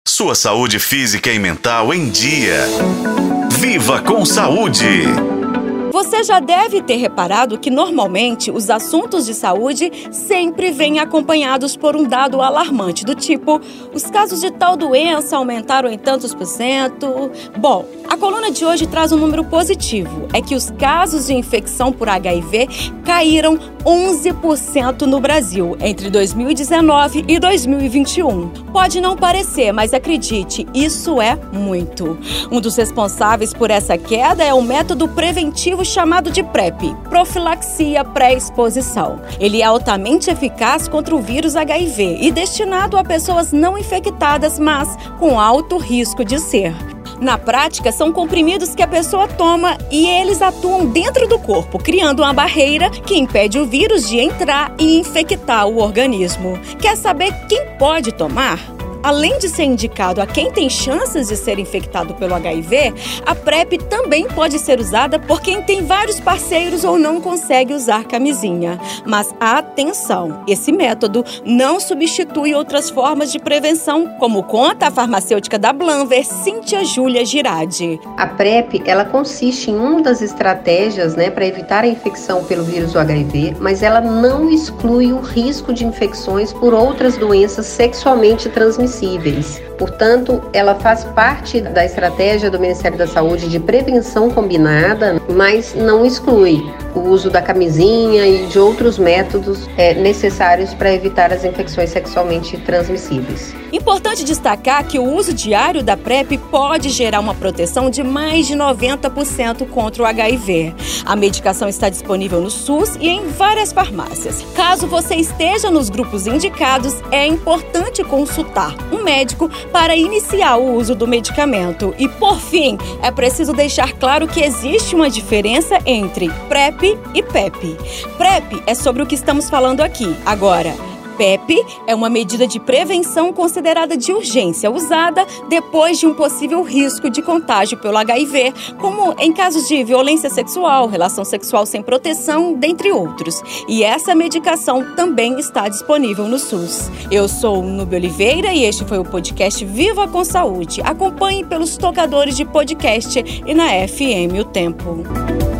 Sua saúde física e mental em dia. Viva com saúde! Você já deve ter reparado que, normalmente, os assuntos de saúde sempre vêm acompanhados por um dado alarmante, do tipo, os casos de tal doença aumentaram em tantos %. Bom, a coluna de hoje traz um número positivo, é que os casos de infecção por HIV caíram 11% no Brasil entre 2019 e 2021. Pode não parecer, mas acredite, isso é muito. Um dos responsáveis por essa queda é o método preventivo chamado de PrEP, profilaxia pré-exposição. Ele é altamente eficaz contra o vírus HIV e destinado a pessoas não infectadas, mas com alto risco de ser. Na prática, são comprimidos que a pessoa toma e eles atuam dentro do corpo, criando uma barreira que impede o vírus de entrar e infectar o organismo. Quer saber quem pode tomar? Além de ser indicado a quem tem chances de ser infectado pelo HIV, a PrEP também pode ser usada por quem tem vários parceiros ou não consegue usar camisinha. Mas atenção, esse método não substitui outras formas de prevenção, como conta a farmacêutica da Blanver, Cíntia Júlia Girardi. A PrEP, ela consiste em uma das estratégias, para evitar a infecção pelo vírus do HIV, mas ela não exclui o risco de infecções por outras doenças sexualmente transmissíveis. Portanto, ela faz parte da estratégia do Ministério da Saúde de prevenção combinada, mas não exclui o uso da camisinha e de outros métodos necessários para evitar as infecções sexualmente transmissíveis. Importante destacar que o uso diário da PrEP pode gerar uma proteção de mais de 90% contra o HIV. A medicação está disponível no SUS e em várias farmácias. Caso você esteja nos grupos indicados, é importante consultar um médico para iniciar o uso do medicamento. E, por fim, é preciso deixar claro que existe uma diferença entre PrEP e PEP. PrEP é sobre o que estamos falando aqui. Agora, PEP é uma medida de prevenção considerada de urgência, usada depois de um possível risco de contágio pelo HIV, como em casos de violência sexual, relação sexual sem proteção, dentre outros. E essa medicação também está disponível no SUS. Eu sou Núbia Oliveira e este foi o podcast Viva com Saúde. Acompanhe pelos tocadores de podcast e na FM O Tempo.